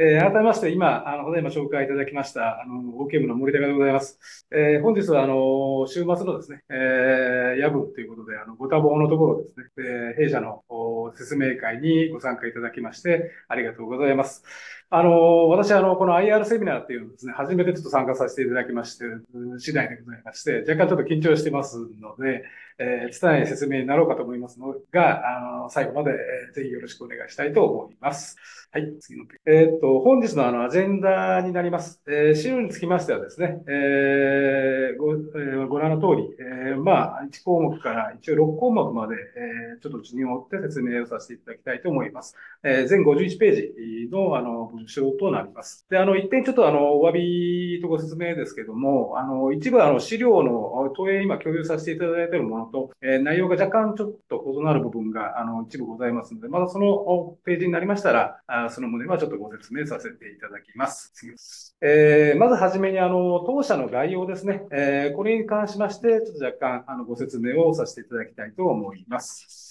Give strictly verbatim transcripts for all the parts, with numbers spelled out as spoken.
えー改めまして、今、あの、ただいま紹介いただきました、あの、オーケーエム の森高でございます。えー本日は、あの、週末のですね、えー夜分ということで、あの、ご多忙のところですね、えー弊社のお説明会にご参加いただきまして、ありがとうございます。あの、私、あの、この アイアール セミナーっていうのをですね、初めてちょっと参加させていただきまして、うん次第でございまして、若干ちょっと緊張してますので、えー、拙い説明になろうかと思いますのが、あの、最後まで、えーぜひよろしくお願いしたいと思います。はい、次のページ。えーっと、本日のあの、アジェンダになります。えー資料につきましてはですね、えーご、えーご覧の通り、えーまあ、いち項目から一応ろく項目まで、えーちょっと順を追って説明をさせていただきたいと思います。えー全ごじゅういちページの、あの、文章となります。で、あの、一点ちょっとあの、お詫びとご説明ですけども、あの、一部あの、資料の投影今共有させていただいているものと、えー内容が若干ちょっと異なる部分が、あの、一部ございますので、まだそのページになりましたら、あその旨はちょっとご説明させていただきます。次です。えーまずはじめに、あの、当社の概要ですね。えーこれに関しまして、ちょっと若干、あの、ご説明をさせていただきたいと思います。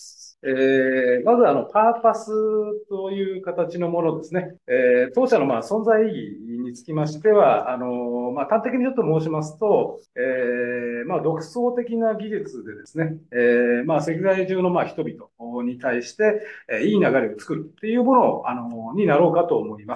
えーまず、あの、パーパスという形のものですね。えー当社の、まあ、存在意義につきましては、あの、まあ、端的にちょっと申しますと、えーまあ、独創的な技術でですね、えーまあ、世界中の、まあ、人々に対して、えーいい流れを作るっていうものを、あの、になろうかと思います。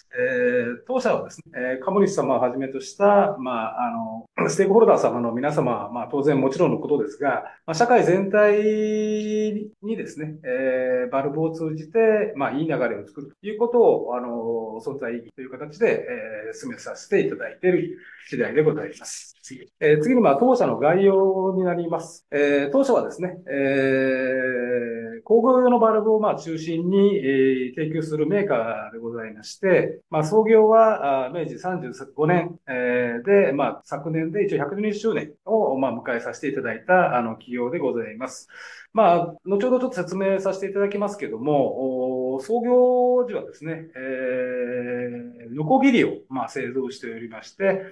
えー当社はですね、えー株主様をはじめとした、まあ、あの、ステークホルダー様の皆様は、まあ、当然もちろんのことですが、まあ、社会全体にですね、えーバルブを通じて、まあ、いい流れを作るということを、あの、存在意義という形で、えー進めさせていただいている次第でございます。次。えー次に、まあ、当社の概要になります。えー当社はですね、えー工業用のバルブを、まあ、中心に、えー提供するメーカーでございまして、まあ、創業は、あ明治さんじゅうごねん、えーで、まあ、昨年で一応ひゃくにじゅっしゅうねんを、まあ、迎えさせていただいた、あの、企業でございます。まあ、後ほどちょっと説明させていただきますけども、お創業時はですね、えー、ノコギリを、まあ、製造しておりまして、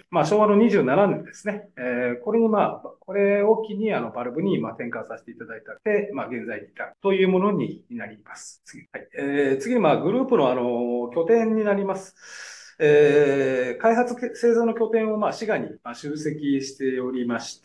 まあ、昭和のにじゅうななねんですね、えー、これに、まあ、これを機に、あの、バルブに、まあ、転換させていただいたので、まあ、現在に至るというものになります。次。はい。えー、次に、まあ、グループの、あの、拠点になります。えー開発製造の拠点を、まあ、滋賀にまあ集積しておりまして、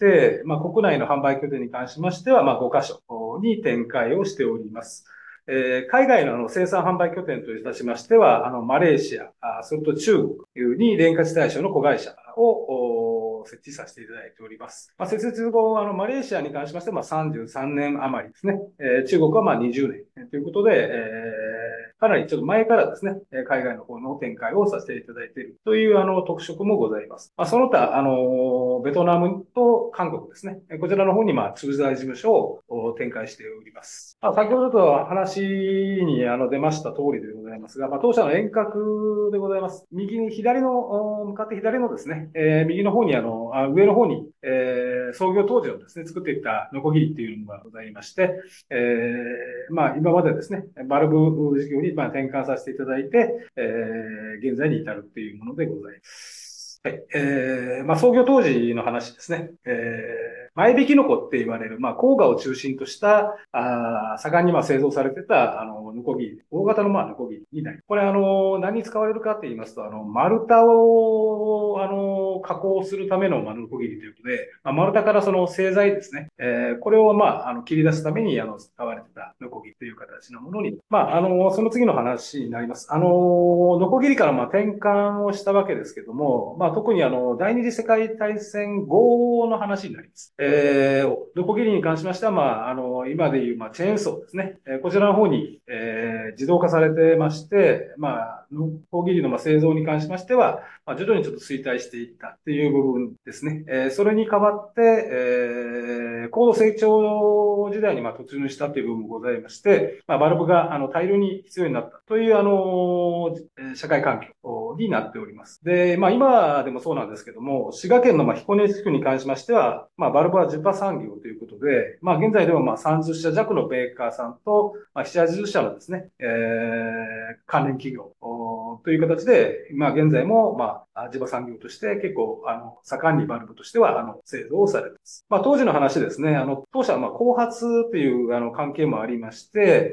まあ、国内の販売拠点に関しましては、まあ、ごカ所に展開をしております。えー海外のあの生産販売拠点といたしましては、あの、マレーシア、あそれと中国に連活対象の子会社をお設置させていただいております。まあ、設立後、あの、マレーシアに関しましては、まあ、さんじゅうさんねん余りですね。えー中国はまあにじゅうねんということで、えーかなりちょっと前からですね、海外の方の展開をさせていただいているというあの特色もございます。まあ、その他、あの、ベトナムと韓国ですね。こちらの方にまあ駐在事務所を展開しております。まあ、先ほどと話にあの出ました通りでございますが、まあ、当社の遠隔でございます。右に、左の、向かって左のですね、えー右の方にあの、あ上の方に、えー創業当時をですね、作っていたノコギリっていうのがございまして、えーまあ、今までですね、バルブ事業にまあ転換させていただいて、えー現在に至るっていうものでございます。はい。えーまあ、創業当時の話ですね。えー前引きノコって言われる、まあ、黄河を中心とした、あー盛んにまあ製造されてた、あの、ノコギリ、大型のまあノコギリになり、これあの、何に使われるかって言いますと、あの、丸太を、あの、加工するためのまあノコギリということで、まあ、丸太からその製材ですね、えーこれをまあ、あの、切り出すために、あの、使われてたノコギリという形のものに、まあ、あの、その次の話になります。あの、ノコギリからまあ転換をしたわけですけども、まあ、特にあの、第二次世界大戦後の話になります。えー、ノコギリに関しましては、まあ、あの、今でいう、まあ、チェーンソーですね。えーこちらの方に、えー自動化されてまして、まあ、ノコギリのまあ製造に関しましては、まあ、徐々にちょっと衰退していったっていう部分ですね。えーそれに代わって、えー高度成長時代にまあ突入したという部分もございまして、まあ、バルブがあの大量に必要になったという、あの、えー社会環境になっております。で、まあ、今でもそうなんですけども、滋賀県のまあ彦根地区に関しましては、まあ、バルブは地場産業ということで、まあ、現在ではまあさんじゅっしゃ弱のメーカーさんと、まあ、ななじゅっしゃのですね、えー関連企業という形で、まあ、現在も、ま地場産業として結構、あの、盛んにバルブとしては、あの、製造をされています。まあ、当時の話ですね、あの、当社は、まあ、後発という、あの、関係もありまして、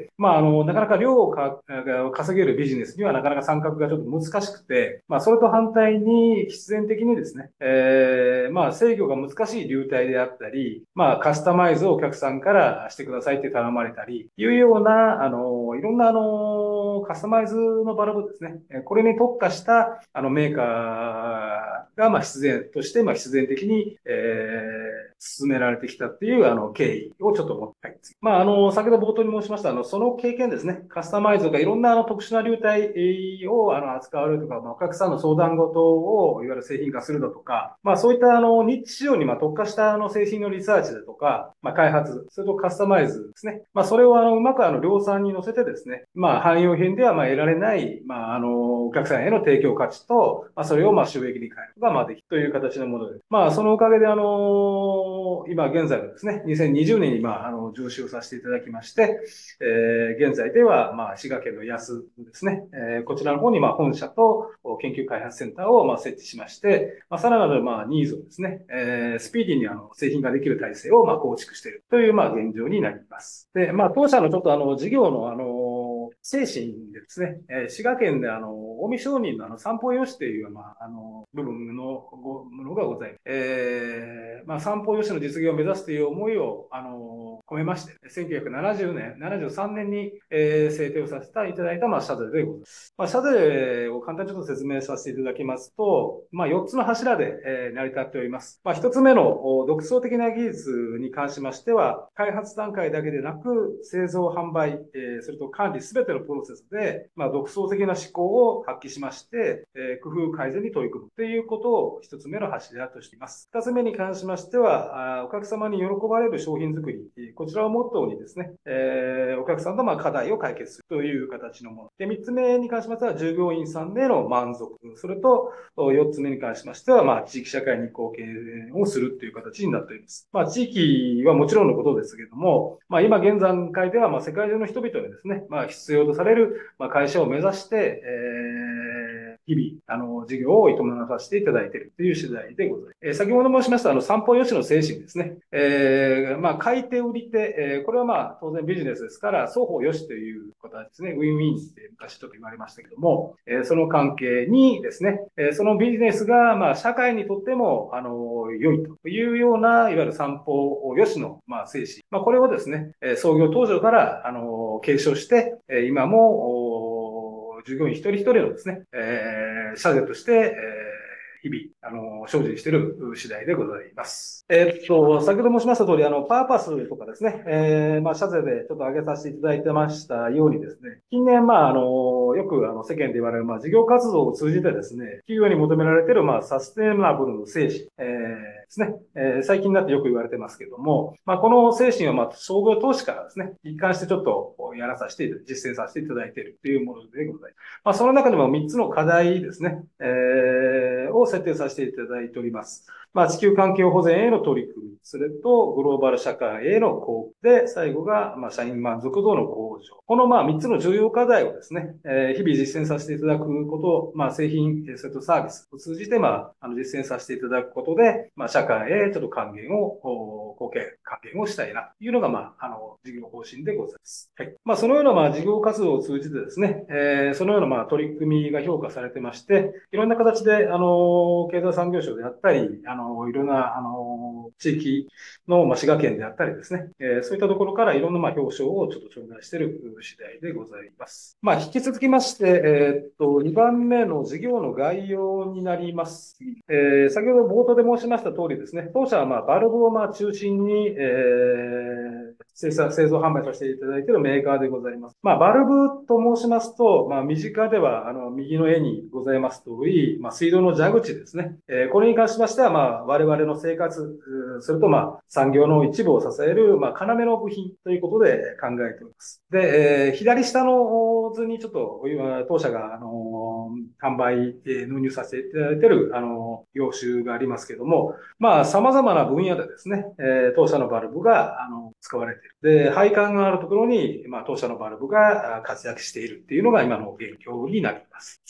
まあ、あの、なかなか量をか稼げるビジネスにはなかなか参画がちょっと難しくて、まあ、それと反対に必然的にですね、えー、まあ、制御が難しい流体であったり、まあ、カスタマイズをお客さんからしてくださいって頼まれたり、いうような、あの、いろんな、あの、カスタマイズのバルブですね、これに特化した、あの、メーカーが、まあ、必然として、まあ、必然的に、えー、進められてきたっていう、あの、経緯をちょっと思って、まあ、あの、先ほど冒頭に申しました、あの、その経験ですね、カスタマイズとかいろんな、あの、特殊な流体を、あの、扱われるとか、まあ、お客さんの相談事を、いわゆる製品化するだとか、まあ、そういった、あの、ニッチ市場に、まあ、特化した、あの、製品のリサーチだとか、まあ、開発、それとカスタマイズですね。まあ、それを、あの、うまく、あの、量産に乗せてですね、まあ、汎用品では、まあ、得られない、まあ、あの、お客さんへの提供価値と、まあ、それを、まあ、収益に変えることが、まあ、できるという形のもので、まあ、そのおかげで、あの、今現在はですね、にせんにじゅうねんに、まあ、あの、上市をさせていただきまして、えー、現在では、まあ、滋賀県の安ですね、えー、こちらの方に、まあ、本社と研究開発センターを、まあ、設置しまして、まあ、さらなる、まあ、ニーズをですね、えー、スピーディーに、あの、製品ができる体制を、まあ、構築しているという、まあ、現状になります。で、まあ、当社のちょっと、あの、事業の、あの、精神でですね、えー、滋賀県で、あの、近江商人の、あの、散歩よしという、まあ、あの、部分のものがございます。えー、まあ、散歩よしの実現を目指すという思いを、あの、込めまして、せんきゅうひゃくななじゅうねん、ななじゅうさんねんに、えー、制定をさせていただいた、まあ、社税でございます。まあ、社税を簡単にちょっと説明させていただきますと、まあ、よっつの柱で、えー、成り立っております。まあ、ひとつめの独創的な技術に関しましては、開発段階だけでなく、製造、販売、えー、それと管理すべてのプロセスで、まあ、独創的な思考を発揮しまして、えー、工夫改善に取り組むということをひとつめの柱としています。ふたつめに関しましては、お客様に喜ばれる商品作り、こちらをモットーにですね、えー、お客さんのまあ課題を解決するという形のもの。で、みっつめに関しましては、従業員さんでの満足。それと、よっつめに関しましては、まあ、地域社会に貢献をするという形になっております。まあ、地域はもちろんのことですけれども、まあ、今現段階では、まあ、世界中の人々にですね、まあ、必要とされる、まあ、会社を目指して、えー、日々、あの、事業を営まさせていただいているという次第でございます。えー、先ほど申しました、あの、散歩よしの精神ですね。えー、まあ、買い手、売り手、えー、これはまあ、当然ビジネスですから、双方よしということですね。ウィンウィンって昔ちょっと言われましたけども、えー、その関係にですね、えー、そのビジネスが、まあ、社会にとっても、あの、良いというような、いわゆる散歩よしの、まあ、精神。まあ、これをですね、創業当初から、あの、継承して、今も、従業員一人一人のですね、えー、社税として、えー日々、あの、精進している次第でございます。えー、っと、先ほど申しました通り、あの、パーパスとかですね、えー、まあ、社税でちょっと挙げさせていただいてましたようにですね、近年、まあ、あの、よく、あの、世間で言われる、まあ、事業活動を通じてですね、企業に求められている、まあ、サステナブルの精神、えー、ですね、えー、最近になってよく言われてますけども、まあ、この精神を、まあ、創業投資からですね、一貫してちょっとやらさせて、実践させていただいているというものでございます。まあ、その中でもみっつの課題ですね、えー、を設定させていただいております。まあ、地球環境保全への取り組み、それとグローバル社会への貢献で、最後が、まあ、社員満足度の向上。この、まあ、みっつの重要課題をですね、えー、日々実践させていただくことを、まあ、製品、それとサービスを通じて、まあ、あの、実践させていただくことで、まあ、社会へちょっと還元を、貢献、還元をしたいな、というのが、まあ、あの、事業方針でございます。はい。まあ、そのような、まあ、事業活動を通じてですね、えー、そのような、まあ、取り組みが評価されてまして、いろんな形で、あの、経済産業省であったり、あの、いろんな、あの、地域の、まあ、滋賀県であったりですね、えー、そういったところからいろんな、まあ、表彰をちょっと頂戴している次第でございます。まあ、引き続きまして、えー、っと、にばんめの事業の概要になります。えー、先ほど冒頭で申しました通りですね、当社は、まあ、バルブを、まあ、中心に、えー、生産、製造販売させていただいているメーカーでございます。まあ、バルブと申しますと、まあ、身近では、あの、右の絵にございます通り、まあ、水道の蛇口ですね。えー、これに関しましては、まあ、我々の生活、それと、まあ、産業の一部を支える、まあ、要の部品ということで考えております。で、えー、左下の図にちょっと、当社が、あの、販売、えー、納入させていただいている、あの、業種がありますけども、まあ、様々な分野でですね、えー、当社のバルブが、あの、使われている。で、配管があるところに、まあ、当社のバルブが活躍しているっていうのが今の現況になります。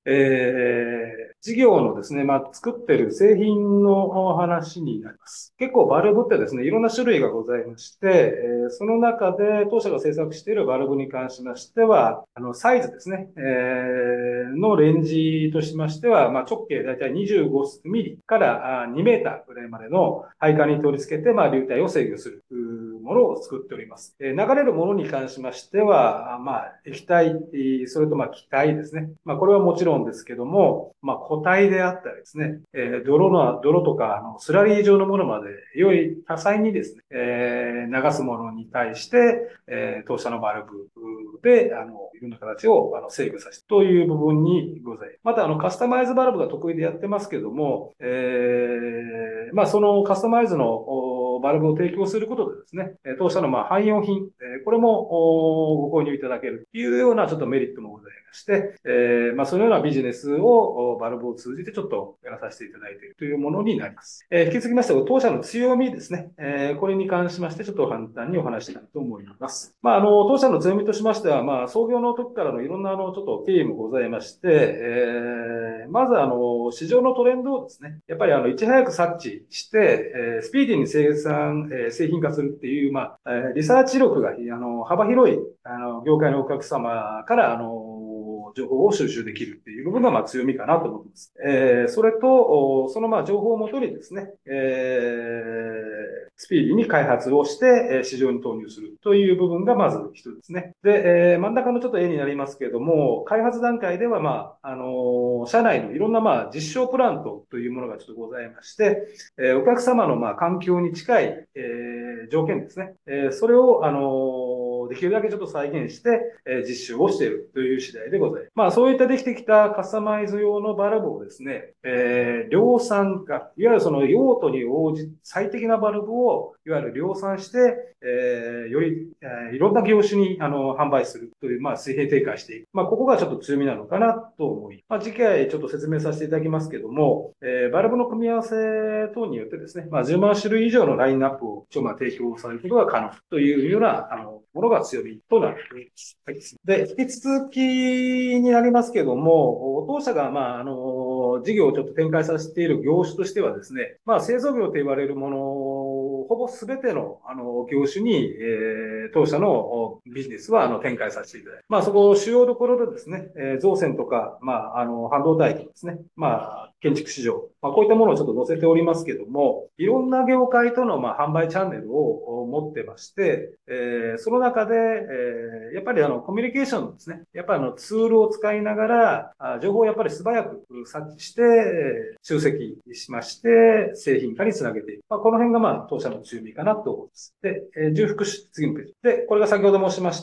えー、事業のですね、まあ、作ってる製品の話になります。結構バルブってですね、いろんな種類がございまして、えー、その中で当社が製作しているバルブに関しましては、あの、サイズですね、えー、のレンジとしましては、まあ、直径だいたいにじゅうごミリからにメーターぐらいまでの配管に取り付けて、まあ、流体を制御するものを作っております。えー、流れるものに関しましては、まあ、液体、それとまあ、気体ですね。まあ、これはもちろんですけども、まあ、固体であったりですね、えー、泥の、泥とか、あの、スラリー状のものまで、より多彩にですね、えー、流すものに対して、えー、当社のバルブで、あの、いろんな形をあの制御させるという部分にございます。また、あの、カスタマイズバルブが得意でやってますけども、えー、まあ、そのカスタマイズのバルブを提供することでですね、当社のまあ汎用品、これもご購入いただけるというようなちょっとメリットもございまして、えー、まあ、そのようなビジネスをバルブを通じてちょっとやらさせていただいているというものになります。えー、引き続きまして、当社の強みですね、えー、これに関しましてちょっと簡単にお話したいと思います。まあ、あの、当社の強みとしましては、まあ、創業の時からのいろんなあの、ちょっと経緯もございまして、えー、まずあの、市場のトレンドをですね、やっぱりあの、いち早く察知して、えー、スピーディーに生産、えー、製品化するっていう、まあ、えー、リサーチ力が、あの、幅広い、あの、業界のお客様から、あの、情報を収集できるっていう部分が、まあ、強みかなと思っています。えー、それと、その、まあ、情報をもとにですね、えー、スピーディーに開発をして、市場に投入するという部分が、まず一つですね。で、えー、真ん中のちょっと絵になりますけれども、開発段階では、まあ、あの、社内のいろんな、まあ、実証プラントというものがちょっとございまして、えー、お客様の、まあ、環境に近い、えー、条件ですね。えー、それを、あの、できるだけちょっと再現して、えー、実習をしているという次第でございます。まあ、そういったできてきたカスタマイズ用のバルブをですね、えー、量産化、いわゆるその用途に応じ、最適なバルブを、いわゆる量産して、えー、より、えー、いろんな業種に、あの、販売するという、まあ、水平展開していく。まあ、ここがちょっと強みなのかなと思い、まあ、次回ちょっと説明させていただきますけども、えー、バルブの組み合わせ等によってですね、まあ、じゅうまん種類以上のラインナップを一応、まあ、提供されることが可能というような、あの、ものが強みとなっております。はい。で、引き続きになりますけども、当社が、まあ、あの、事業をちょっと展開させている業種としてはですね、まあ、製造業と言われるもの、ほぼすべての、あの、業種に、えー、当社のビジネスは、あの、展開させていただいて、まあ、そこ、主要どころでですね、えー、造船とか、まあ、あの、半導体とかですね、まあ、建築市場、まあ、こういったものをちょっと載せておりますけども、いろんな業界との、まあ、販売チャンネルを持ってまして、えー、その中で、えー、やっぱりあの、コミュニケーションですね、やっぱりあの、ツールを使いながら、あ情報をやっぱり素早く察知して、集積しまして、製品化につなげていく。まあ、この辺がまあ、当社の強みかなと思います。で、えー、重複し、次のページ。で、これが先ほど申しました、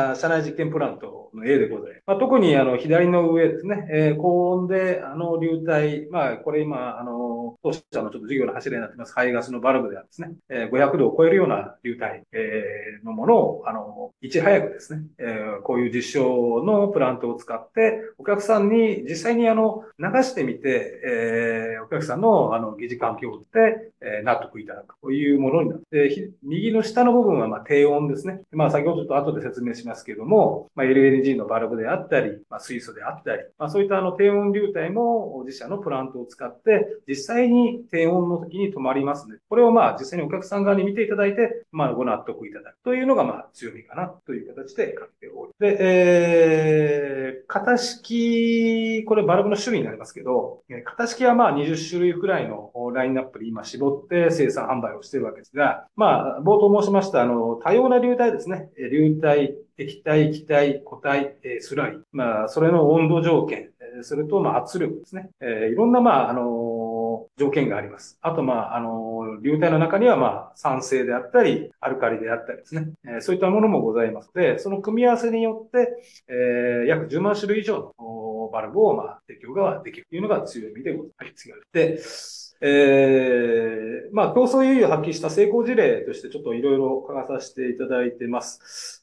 あ社内実験プラントの A でございます。まあ、特にあの、左の上ですね、えー、高温で、あの、流体、まあ、これ今、あの、当社のちょっと事業の柱になってます、排ガスのバルブではですね、えー、ごひゃくどを超えるような流体、えー、のものを、あの、いち早くですね、えー、こういう実証のプラントを使って、お客さんに実際にあの、流してみて、えー、お客さんのあの、疑似環境で、えー、納得いただくというものになって、右の下の部分はまあ低温ですね。まあ先ほどちょっと後で説明しますけども、まあ エルエルジー のバルブであったり、まあ水素であったり、まあそういったあの低温流体も自社のプラントを使って、実際に低温の時に止まりますね。これをまあ実際にお客さん側に見ていただいて、まあご納得いただくというのがまあ強みかなという形で書いており。で、えー、型式、これバルブの種類になりますけど、型式はまあにじゅっ種類くらいのラインナップで今絞って生産販売をしているわけですが、まあ冒頭申しましたあの多様な流体ですね。流体、液体、気体、固体、スラリー。まあそれの温度条件、それとまあ圧力ですね。えー、いろんなまああの条件があります。あとまああの流体の中にはまあ酸性であったり、アルカリであったりですね。えー、そういったものもございますので、その組み合わせによって、えー、約じゅうまん種類以上のバルブをまあ提供ができるというのが強みでございます。で、 えー、まあ、競争優位を発揮した成功事例としてちょっといろいろ書かさせていただいてます。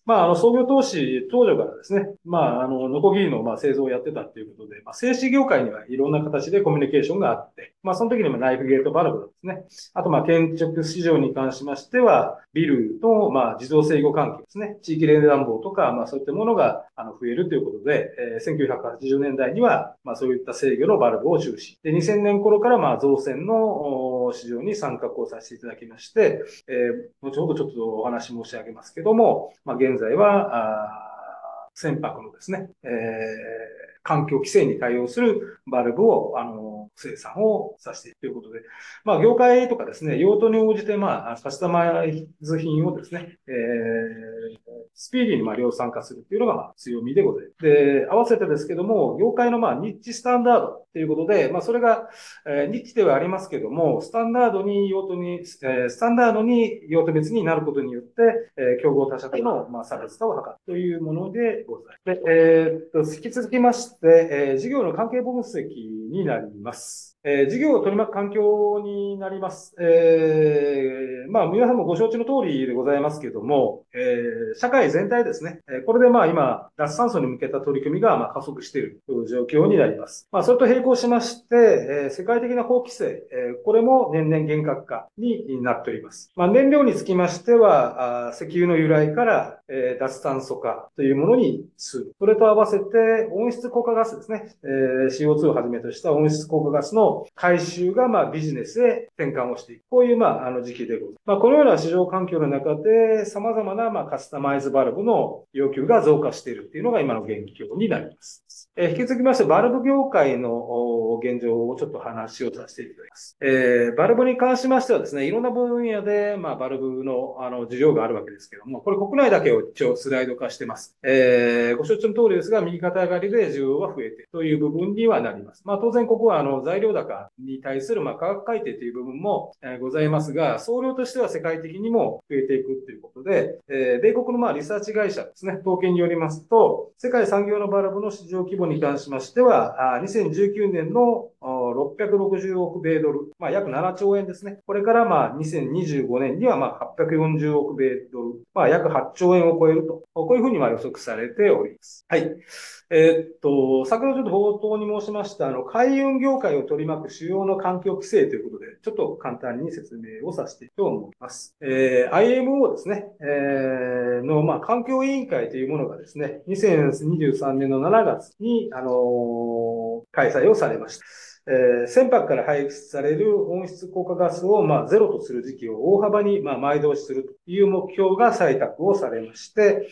まあ、あの、創業当時、当時からですね、まあ、あの、ノコギリの、まあ、製造をやってたっていうことで、まあ、製紙業界にはいろんな形でコミュニケーションがあって、まあ、その時にもナイフゲートバルブですね。あと、まあ、建築市場に関しましては、ビルと、まあ、自動制御関係ですね。地域連暖房とか、まあ、そういったものが、あの、増えるということで、えー、せんきゅうひゃくはちじゅうねんだいには、まあ、そういった制御のバルブを中止。で、にせんねん頃から、まあ、造船の市場に参画をさせていただきまして、えー、後ほどちょっとお話申し上げますけども、まあ、現在は、あ船舶のですね、えー、環境規制に対応するバルブを、あの、生産をさせているということで、まあ、業界とかですね、用途に応じて、まあ、カスタマイズ品をですね、えー、スピーディーにまあ量産化するというのがまあ強みでございます。で、合わせてですけども、業界のまあニッチスタンダードということで、まあ、それが、えー、ニッチではありますけども、スタンダードに用途に、えー、スタンダードに用途別になることによって、えー、競合他社とのまあ差別化を図るというものでございます。で、えー、っと、引き続きまして、えー、事業の関係分析になります。えー、事業を取り巻く環境になります。えー、まあ、皆さんもご承知の通りでございますけれども、えー、社会全体ですね。これでまあ今、脱炭素に向けた取り組みがまあ加速しているという状況になります。まあ、それと並行しまして、えー、世界的な法規制、えー、これも年々厳格化になっております。まあ、燃料につきましては、あ石油の由来から、えー、脱炭素化というものに進む。それと合わせて温室効果ガスですね。えー、シーオーツー をはじめとした温室効果ガスの回収が、まあ、ビジネスへ転換をしていく。こういう、まあ、あの時期でございます。まあ、このような市場環境の中で、様々な、まあ、カスタマイズバルブの要求が増加しているっていうのが今の現況になります。えー、引き続きまして、バルブ業界の現状をちょっと話をさせていただきます。えー、バルブに関しましてはですね、いろんな分野で、まあ、バルブの、あの、需要があるわけですけども、これ国内だけを一応スライド化してます。えー、ご承知の通りですが、右肩上がりで需要は増えているという部分にはなります。まあ、当然ここは、あの、材料高に対する、まあ、価格改定という部分も、えー、ございますが、総量としては世界的にも増えていくということで、えー、米国の、まあ、リサーチ会社ですね、統計によりますと、世界産業のバルブの市場規模に関しましては、にせんじゅうきゅうねんのろっぴゃくろくじゅうおく米ドル、まあ、約ななちょうえんですね。これからまあにせんにじゅうごねんにはまあはっぴゃくよんじゅうおく米ドル、まあ、約はっちょうえんを超えると、こういうふうにまあ予測されております。はい。えー、っと、先ほどちょっと冒頭に申しました、あの、海運業界を取り巻く主要の環境規制ということで、ちょっと簡単に説明をさせていきたいと思います。えー、アイエムオー ですね、えー、の、まあ、環境委員会というものがですね、にせんにじゅうさんねんのしちがつに、あのー、開催をされました。えー、船舶から排出される温室効果ガスを、まあ、ゼロとする時期を大幅に、まあ、前倒しするという目標が採択をされまして、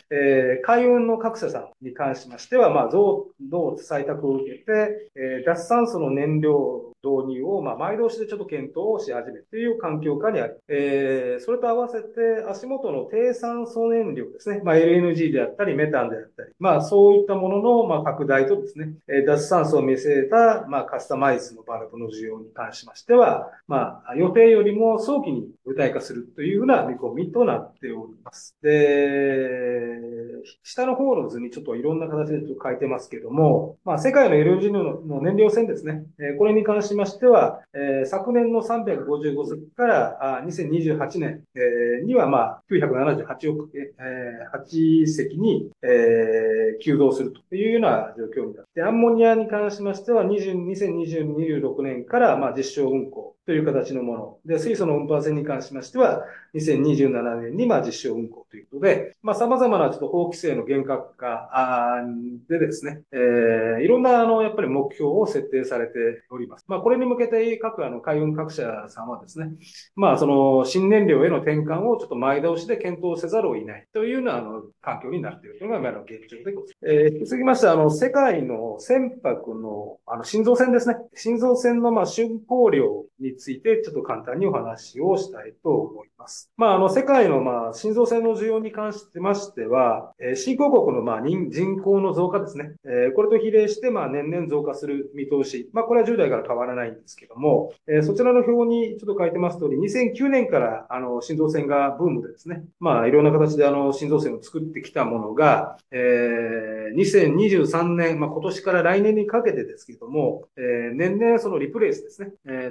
えー、海運の各社さんに関しましては、まあ、同、同採択を受けて、えー、脱炭素の燃料導入を、まあ、前倒しでちょっと検討をし始めるという環境下にあり、えー、それと合わせて足元の低酸素燃料ですね、まあ、エルエヌジー であったり、メタンであったり、まあ、そういったものの、まあ、拡大とですね、脱炭素を見据えた、まあ、カスタマイズのバルブの需要に関しましては、まあ、予定よりも早期に具体化するというふうな見込みとなっております。で、下の方の図にちょっといろんな形でちょっと書いてますけども、まあ、世界の エルエヌジー の燃料線ですね、これに関しましては、昨年のさんびゃくごじゅうごせきからにせんにじゅうはちねんには、まあ、きゅうひゃくななじゅうはちおく、はちせきに急増するというような状況になって、アンモニアに関しましては、にせんにじゅう、にじゅうろくねんから、まあ、実証運行という形のもの。で、水素の運搬船に関しましては、にせんにじゅうななねんに、まあ、実証運行ということで、まあ、様々なちょっと法規制の厳格化でですね、えー、いろんな、あの、やっぱり目標を設定されております。まあ、これに向けて各、あの、海運各社さんはですね、まあ、その、新燃料への転換をちょっと前倒しで検討せざるを得ないというような、あの、環境になっているというのが、今の現状でございます。えー、続きまして、あの、世界の船舶の、あの、新造船ですね。新造船の、まあ、竣工量について、ちょっと簡単にお話をしたいと思います。まあ、あの、世界の、まあ、新造船の需要に関してましては、えー、新興国の、まあ、人、人口の増加ですね。えー、これと比例して、まあ、年々増加する見通し。まあ、これはじゅうだいから変わらないんですけども、えー、そちらの表にちょっと書いてます通り、にせんきゅうねんから、あの、新造船がブームでですね、まあ、いろんな形で、あの、新造船を作ってきたものが、えー、にせんにじゅうさんねん、まあ、今年から来年にかけてですけども、えー、年々そのリプレイスですね、えー、作り直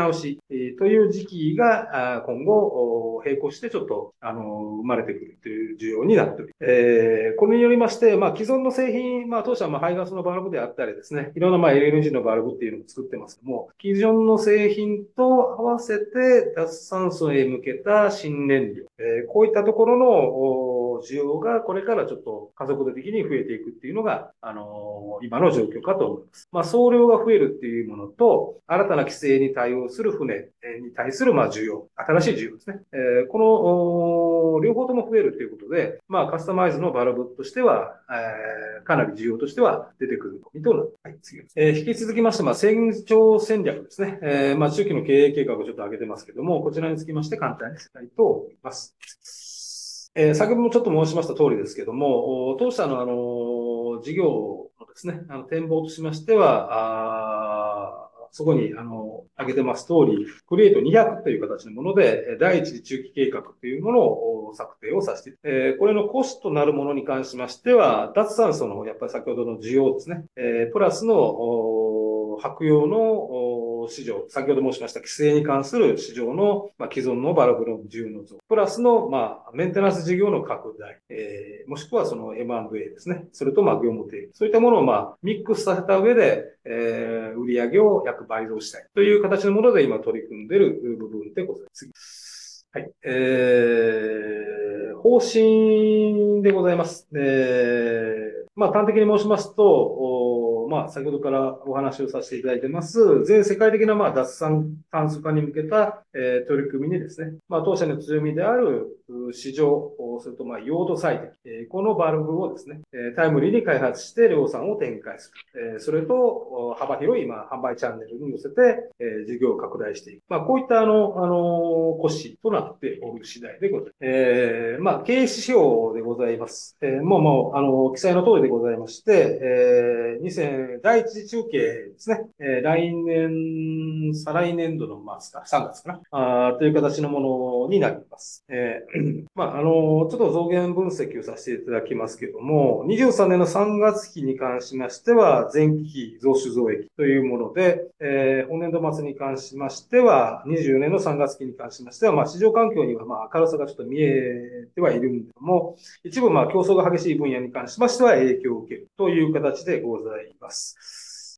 直し、えーという時期が、あ今後、並行してちょっと、あの、生まれてくるという需要になっており、えーこれによりまして、まあ、既存の製品、まあ、当社はまあ排ガスのバルブであったりですね、いろんなまあ エルエヌジー のバルブっていうのを作ってますけども、既存の製品と合わせて脱酸素へ向けた新燃料、えーこういったところの需要がこれからちょっと加速度的に増えていくっていうのが、あのー今の状況かと思います。まあ、総量が増えるっていうものと、新たな規制に対応する船に対するまあ需要、新しい需要ですね。えーこの両方とも増えるということで、まあ、カスタマイズのバルブとしては、えーかなり需要としては出てくる見込みとなる。はい、次です。えー引き続きまして、まあ、成長戦略ですね。えーまあ、中期の経営計画をちょっと挙げてますけども、こちらにつきまして簡単にしたいと思います。えー先ほどもちょっと申しました通りですけども、当社のあの、事業のですね、あの、展望としましては、あそこに、あの、挙げてます通り、クリエイトにひゃくという形のもので、第一次中期計画というものを策定をさせて、えーこれのコストとなるものに関しましては、脱炭素の、やっぱり先ほどの需要ですね、えープラスの、白洋の市場、先ほど申しました規制に関する市場の、まあ、既存のバルブの需要の増、プラスの、まあ、メンテナンス事業の拡大、えーもしくはその エムアンドエー ですね。それと、まあ、業務提供。そういったものを、まあ、ミックスさせた上で、えー売上を約倍増したいという形のもので今取り組んでいる部分でございます。はい。えー、方針でございます。えー、まあ、端的に申しますと、おまあ、先ほどからお話をさせていただいてます、全世界的な、まあ、脱炭素化に向けた、えー取り組みにですね、まあ、当社の強みであるう市場、それと、まあ、用途最適、えーこのバルブをですね、えータイムリーに開発して量産を展開する。えーそれと、お幅広い、まあ、販売チャンネルに寄せて、えー事業を拡大していく。まあ、こういった、あの、あの、骨子となっておる次第でございます。えー、まあ、経営指標でございます。えー、もう、もう、あの、記載の通りでございまして、えー、にせん、第一次中継ですね、えー、来年、再来年度の、まあ、さんがつかな、あーという形のものになります。えー、まあ、あの、ちょっと増減分析をさせていただきますけども、にじゅうさんねんのさんがつ期に関しましては、前期比増収増益というもので、えー、本年度末に関しましては、にじゅうよねんのさんがつ期に関しましては、まあ、市場環境には、まあ、明るさがちょっと見えてはいるんだけども、一部、まあ、競争が激しい分野に関しましては影響を受けるという形でございます。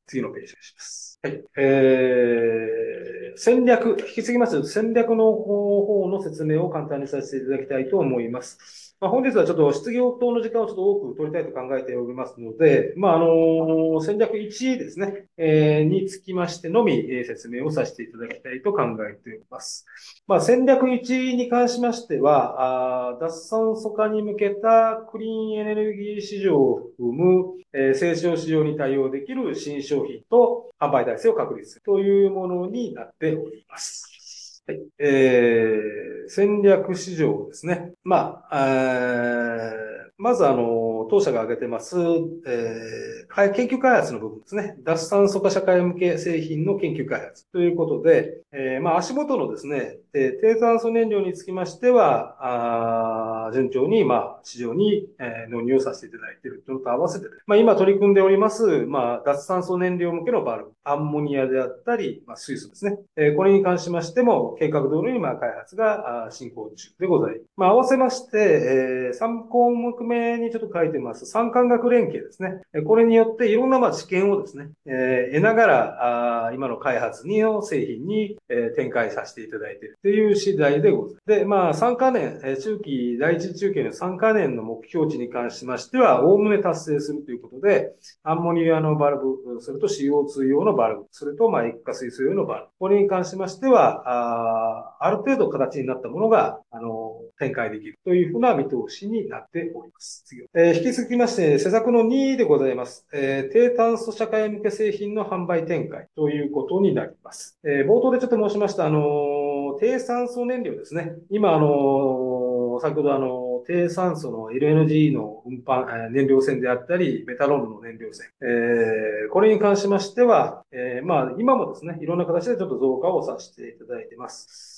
次のページをします。はい。えー、戦略、引き継ぎますと戦略の方の説明を簡単にさせていただきたいと思います。まあ、本日はちょっと質疑応答の時間をちょっと多く取りたいと考えておりますので、まあ、あの、戦略いちですね、えーにつきましてのみ、えー説明をさせていただきたいと考えております。まあ、戦略いちに関しましては、あー脱炭素化に向けたクリーンエネルギー市場を含む、えー成長市場に対応できる新商品と販売体制を確立するというものになっております。はい。えー、戦略市場ですね。まあ、えーまずあの、当社が挙げてます、えー、研究開発の部分ですね。脱炭素化社会向け製品の研究開発ということで、えー、まあ、足元のですね、えー低炭素燃料につきましては、あ順調に、まあ、市場に、えー納入させていただいているのと合わせて、まあ、今取り組んでおります、まあ、脱炭素燃料向けのバルブ、アンモニアであったり、まあ、水素ですね。えーこれに関しましても、計画通りに、まあ、開発があ進行中でございます。まあ、合わせまして、えー、さん項目目にちょっと書いてます、産官学連携ですね。これによっていろんな、まあ、知見をですね、えー得ながら、あ今の開発にの製品に、えー展開させていただいているという次第でございます。で、まあ、さんかねん、えー中期、第一中継のさんかねんの目標値に関しましては、おおむね達成するということで、アンモニアのバルブ、それと シーオーツー 用のバルブ、それと、まあ、液化水素用のバルブ。これに関しましては、あある程度形になったものが、あの、展開できるというふうな見通しになっております。次、えー引き続きまして、施策のにでございます。えー低炭素社会向け製品の販売展開ということになります。えー冒頭でちょっと申しました、あの、低酸素燃料ですね。今、あの、先ほどあの、低酸素の エルエヌジー の運搬、えー燃料船であったり、メタノールの燃料船。えーこれに関しましては、えーまあ、今もですね、いろんな形でちょっと増加をさせていただいています。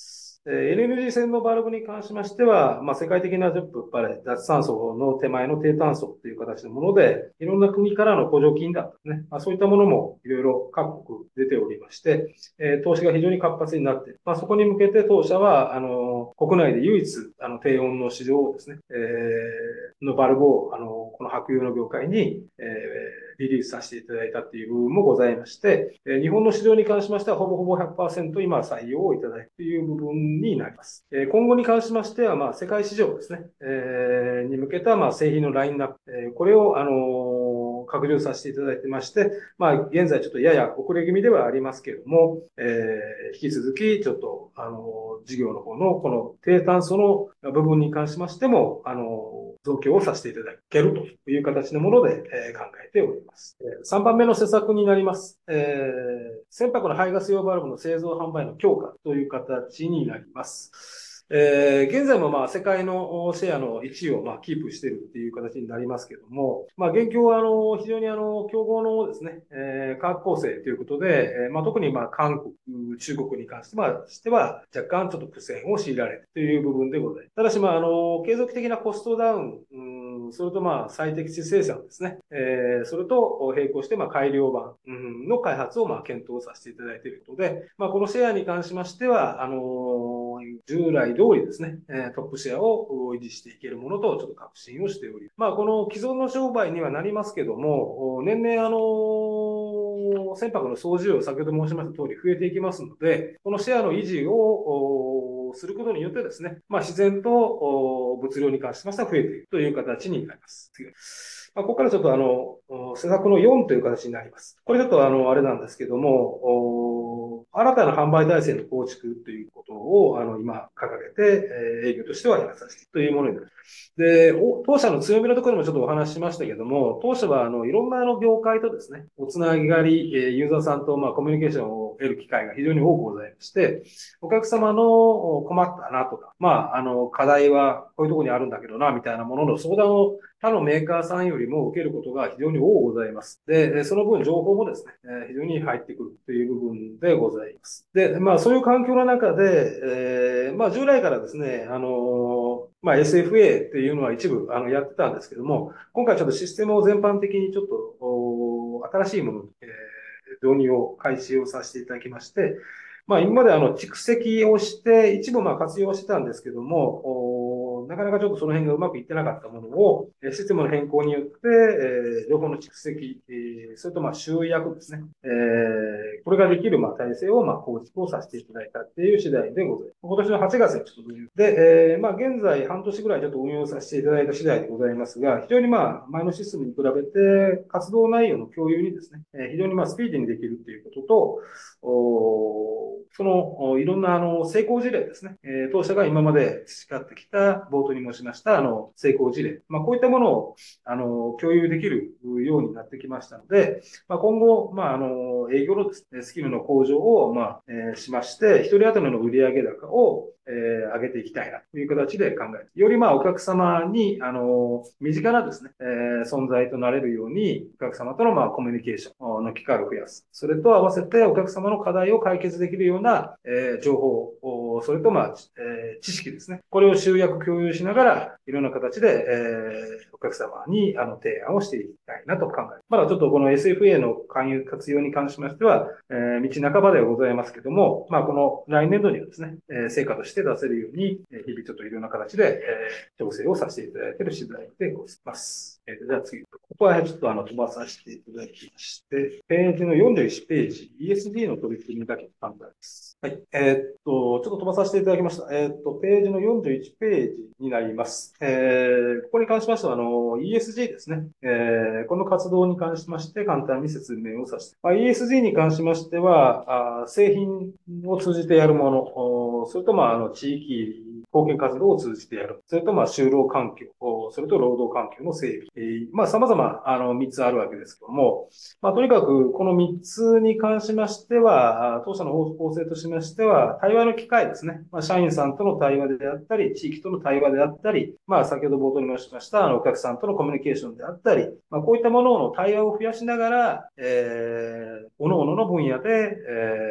えー エルエヌジー 線のバルブに関しましては、まあ、世界的なやっぱり脱炭素の手前の低炭素という形のもので、いろんな国からの補助金だとかね、まあ、そういったものもいろいろ各国出ておりまして、えー投資が非常に活発になっている。まあ、そこに向けて当社は、あの、国内で唯一、あの、低温の市場をですね、えーのバルブを、あの、この白釉の業界に、えーリリースさせていただいたっていう部分もございまして、えー日本の市場に関しましては、ほぼほぼひゃくパーセント今採用をいただいている部分になります。えー今後に関しましては、まあ、世界市場ですね、えーに向けた、まあ、製品のラインナップ、えーこれを、あのー拡充させていただいてまして、まあ、現在ちょっとやや遅れ気味ではありますけれども、えー引き続き、ちょっと、あのー事業の方の、この低炭素の部分に関しましても、あのー増強をさせていただけるという形のもので、えー考えております。えーさんばんめの施策になります。えー船舶の排ガス用バルブの製造販売の強化という形になります。えー現在もまあ世界のシェアのいちいをまあキープしているっていう形になりますけども、まあ現況はあの非常にあの競合のですね、えー価格構成ということで、えーまあ特にまあ韓国、中国に関しては、しては若干ちょっと苦戦を強いられるという部分でございます。ただしまああの継続的なコストダウン、うんそれとまあ最適値生産ですね、えーそれと並行してまあ改良版うんの開発をまあ検討させていただいているので、まあこのシェアに関しましては、あの従来通りですね、えートップシェアを維持していけるものとちょっと確信をしており、まあこの既存の商売にはなりますけども、お年々あの船舶の総需要、先ほど申しました通り増えていきますので、このシェアの維持をおすることによってですね、まあ自然とお物量に関しましては増えていくという形になります。次まあ、ここからちょっとあの、お施策のよんという形になります。これちょっとあの、あれなんですけども、お新たな販売体制の構築ということを、あの、今、掲げて、えー営業としてはやらさせてというものになります。で、お当社の強みのところにもちょっとお話ししましたけども、当社はあの、いろんなあの業界とですね、おつながり、えーユーザーさんとまあコミュニケーションを得る機会が非常に多くございまして、お客様のお困ったなとか、まあ、あの、課題はこういうところにあるんだけどな、みたいなものの相談を他のメーカーさんよりも受けることが非常に多くございます。で、その分情報もですね、えー非常に入ってくるという部分でございます。で、まあそういう環境の中で、えーまあ従来からですね、あのーまあ エスエフエー っていうのは一部あのやってたんですけども、今回ちょっとシステムを全般的にちょっとお新しいものに、えー導入を開始をさせていただきまして、まあ今まであの蓄積をして、一部まあ活用してたんですけども、おなかなかちょっとその辺がうまくいってなかったものを、えーシステムの変更によって、えー情報の蓄積、えーそれとまあ集約ですね。えーこれができるまあ体制をまあ構築をさせていただいたっていう次第でございます。今年のはちがつにちょっと導入で、えーまあ現在半年ぐらいちょっと運用させていただいた次第でございますが、非常にまあ前のシステムに比べて活動内容の共有にですね、えー非常にまあスピーディーにできるっていうことと、おその、おいろんな、あの、成功事例ですね。えー当社が今まで培ってきた、冒頭に申しました、あの、成功事例。まあ、こういったものを、あの、共有できるようになってきましたので、まあ、今後、まあ、あの、営業のですね、スキルの向上を、まあ、えーしまして、一人当たりの売上高を、えー上げていきたいなという形で考えて、よりまあお客様に、あの、身近なですね、えー存在となれるように、お客様とのまあコミュニケーションの機会を増やす。それと合わせてお客様の課題を解決できるような、えー情報、おそれとまあ、えー知識ですね。これを集約共有しながら、いろんな形で、えーお客様にあの提案をしていきたいなと考えます。まだちょっとこの エスエフエー の勧誘活用に関しましては、えー道半ばではございますけども、まあこの来年度にはですね、えー成果として出せるように、えー日々ちょっといろんな形で、えー調整をさせていただいている次第でございます。えーじゃあ次、ここはちょっとあの飛ばさせていただきまして、ページのよんじゅういちページ、イーエスディー の取り組みだけ簡単です。はい。えーっと、ちょっと飛ばさせていただきました。えーっと、ページのよんじゅういちページになります。えー、ここに関しましては、あの、イーエスジー ですね。えー、この活動に関しまして簡単に説明をさせて。まあ、イーエスジー に関しましては、あ製品を通じてやるもの、おそれと、まあ、あの、地域貢献活動を通じてやる。それと、まあ、就労環境、おそれと労働環境の整備。えー、まあ、様々、あの、みっつあるわけですけども、まあ、とにかく、このみっつに関しましては、あ当社の方向性としましては、対話の機会ですね。まあ、社員さんとの対話であったり、地域との対話であったり、まあ、先ほど冒頭に申しました、あの、お客さんとのコミュニケーションであったり、まあ、こういったものの対話を増やしながら、えー、各々の分野で、えー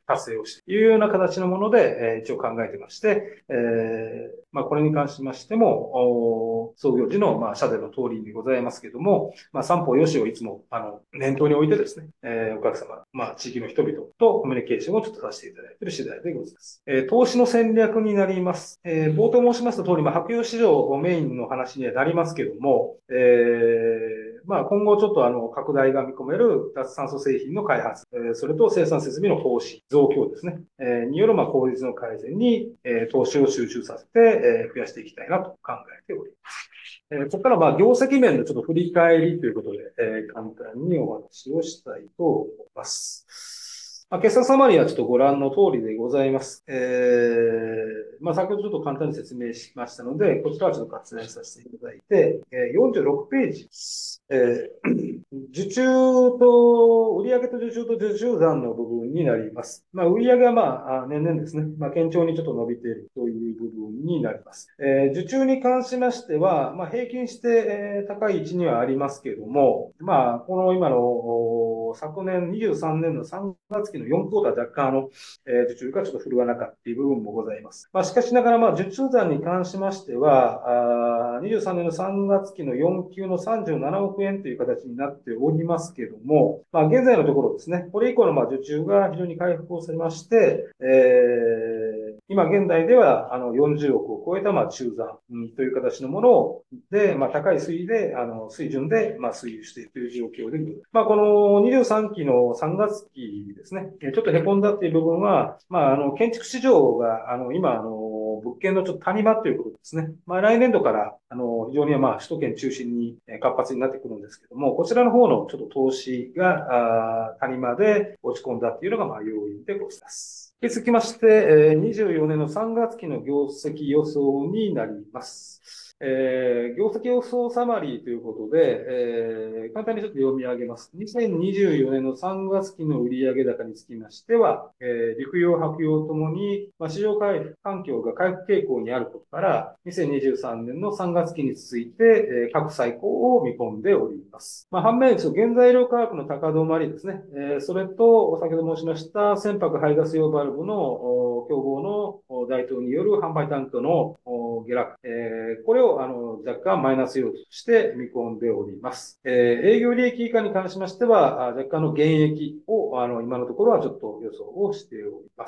達成をしているような形のもので、えー、一応考えてまして、えー、まあ、これに関しましても、創業時の、まあ、社殿の通りにございますけども、まあ、三方よしをいつも、あの、念頭に置いてですね、えー、お客様、まあ、地域の人々とコミュニケーションをちょっとさせていただいている次第でございます。えー、投資の戦略になります。えー、冒頭申しました通り、まあ、白洋市場をメインの話にはなりますけども、えー、まあ、今後ちょっとあの、拡大が見込める脱炭素製品の開発、えー、それと生産設備の投資、増強ですね、えー、によるまあ効率の改善に、えー、投資を集中させて、えー、増やしていきたいなと考えております。えー、ここからまあ業績面のちょっと振り返りということで、えー、簡単にお話をしたいと思います。まあ、決算サマリーはちょっとご覧の通りでございます。えー、まあ、先ほどちょっと簡単に説明しましたので、こちらはちょっと割愛させていただいて、えー、よんじゅうろくページ、えー、受注と、売上と受注と受注残の部分になります。まあ、売上はまあ、年々ですね、まあ、堅調にちょっと伸びているという部分になります。えー、受注に関しましては、まあ、平均して、えー、高い位置にはありますけれども、まあ、この今の昨年にじゅうさんねんのさんがつ期のよんクォーター若干あの、えー、受注がちょっと振るわなかったという部分もございます。まあ、しかしながら、まあ、受注残に関しましては、あにじゅうさんねんのさんがつ期のよん級のさんじゅうななおくえんという形になっておりますけれども、まあ、現在のところですね、これ以降のまあ受注が非常に回復をされまして、えー、今現在ではあのよんじゅうおくを超えたまあ中残という形のもので、まあ、高い推移で、あの水準でまあ推移しているという状況で、まあ、このにじゅうさんきのさんがつ期ですね、ちょっと凹んだっていう部分は、まあ、あの建築市場があの今あの物件のちょっと谷間ということですね。まあ、来年度から、あの、非常にまあ、首都圏中心に活発になってくるんですけども、こちらの方のちょっと投資が、あ谷間で落ち込んだっていうのが、まあ、要因でございます。引き続きまして、にじゅうよねんのさんがつ期の業績予想になります。えー、業績予想サマリーということで、えー、簡単にちょっと読み上げます。にせんにじゅうよねんのさんがつ期の売上高につきましては、えー、陸用、白用ともに、まあ、市場回復環境が回復傾向にあることから、にせんにじゅうさんねんのさんがつ期に続いて、えー、過去最高を見込んでおります。まあ、反面、原材料価格の高止まりですね。えー、それと、先ほど申しました船舶排ガス用バルブの競合の台頭による販売単価の下落、えー、これをあの若干マイナス要素として見込んでおります。えー、営業利益以下に関しましては、若干の減益をあの今のところはちょっと予想をしております。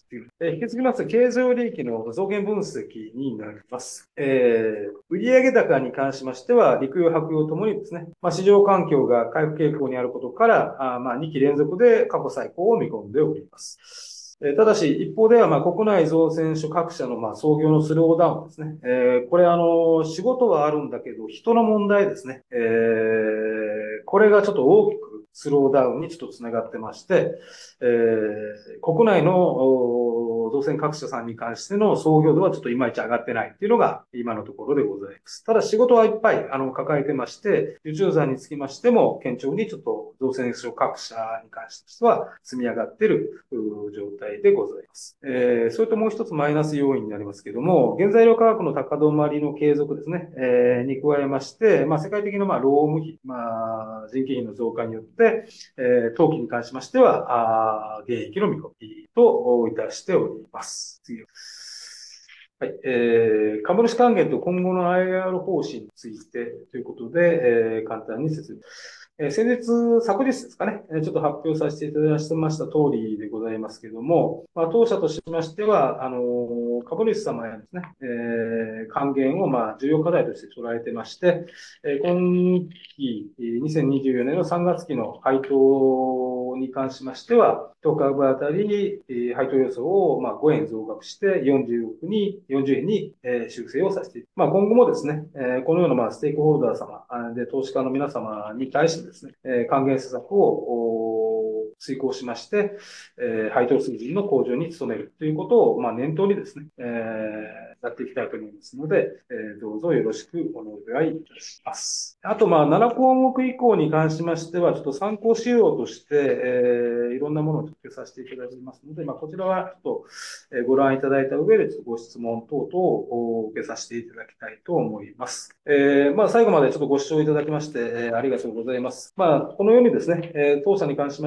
えー、引き続きますと、経常利益の増減分析になります。えー、売上高に関しましては、陸用、白用ともにですね、まあ、市場環境が回復傾向にあることから、あまあ、にき連続で過去最高を見込んでおります。ただし、一方では、まあ、国内造船所各社の、まあ、操業のスローダウンですね。えー、これ、あの、仕事はあるんだけど、人の問題ですね。えー、これがちょっと大きくスローダウンにちょっとつながってまして、えー、国内の造船各社さんに関しての操業度はちょっといまいち上がってないっていうのが今のところでございます。ただ仕事はいっぱい、あの、抱えてまして、受注残につきましても、堅調にちょっと造船所各社に関しては積み上がっている状態でございます。えー、それともう一つマイナス要因になりますけども、原材料価格の高止まりの継続ですね、えー、に加えまして、まあ、世界的なまあ労務費、まあ、人件費の増加によって、えー、当期に関しましては、あ減益の見込みといたしております。次はい、えー、株主還元と今後の アイアール 方針についてということで、えー、簡単に説明。えー、先日、昨日ですかね、ちょっと発表させていただきました通りでございますけれども、まあ、当社としましては、あのー、株主様やですね、えー、還元をまあ重要課題として捉えてまして、えー、今期にせんにじゅうよねんのさんがつ期の配当に関しましては、いち株あたり配当予想をまあごえん増額してよんじゅうおくに、よんじゅうえんに修正をさせている。まあ、今後もですね、このようなまあステークホルダー様で投資家の皆様に対してですね、還元施策を遂行しまして、配当水準の向上に努めるということをまあ念頭にですね、やっていきたいと思いますので、どうぞよろしくお願いいたします。あと、まあ、なな項目以降に関しましては、ちょっと参考資料として、えー、いろんなものを提供させていただきますので、まあ、こちらはちょっとご覧いただいた上で、ちょっとご質問等々を受けさせていただきたいと思います。えー、まあ、最後までちょっとご視聴いただきまして、えー、ありがとうございます。まあ、このようにですね、えー、当社に関しましては、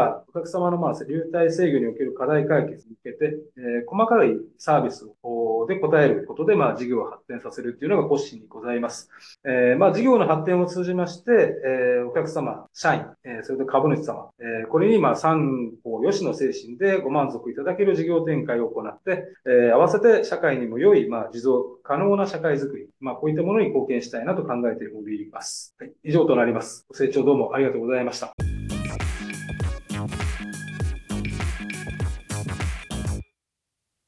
は、お客様のまあ流体制御における課題解決に向けて、えー細かいサービスをで答えることで、まあ、事業を発展させるというのが骨子にございます。えーまあ、事業の発展を通じまして、えーお客様、社員、えーそれと株主様、えーこれにまあ三方よしの精神でご満足いただける事業展開を行って、えー合わせて社会にも良い、まあ、持続可能な社会づくり、まあ、こういったものに貢献したいなと考えております。はい、以上となります。ご清聴どうもありがとうございました。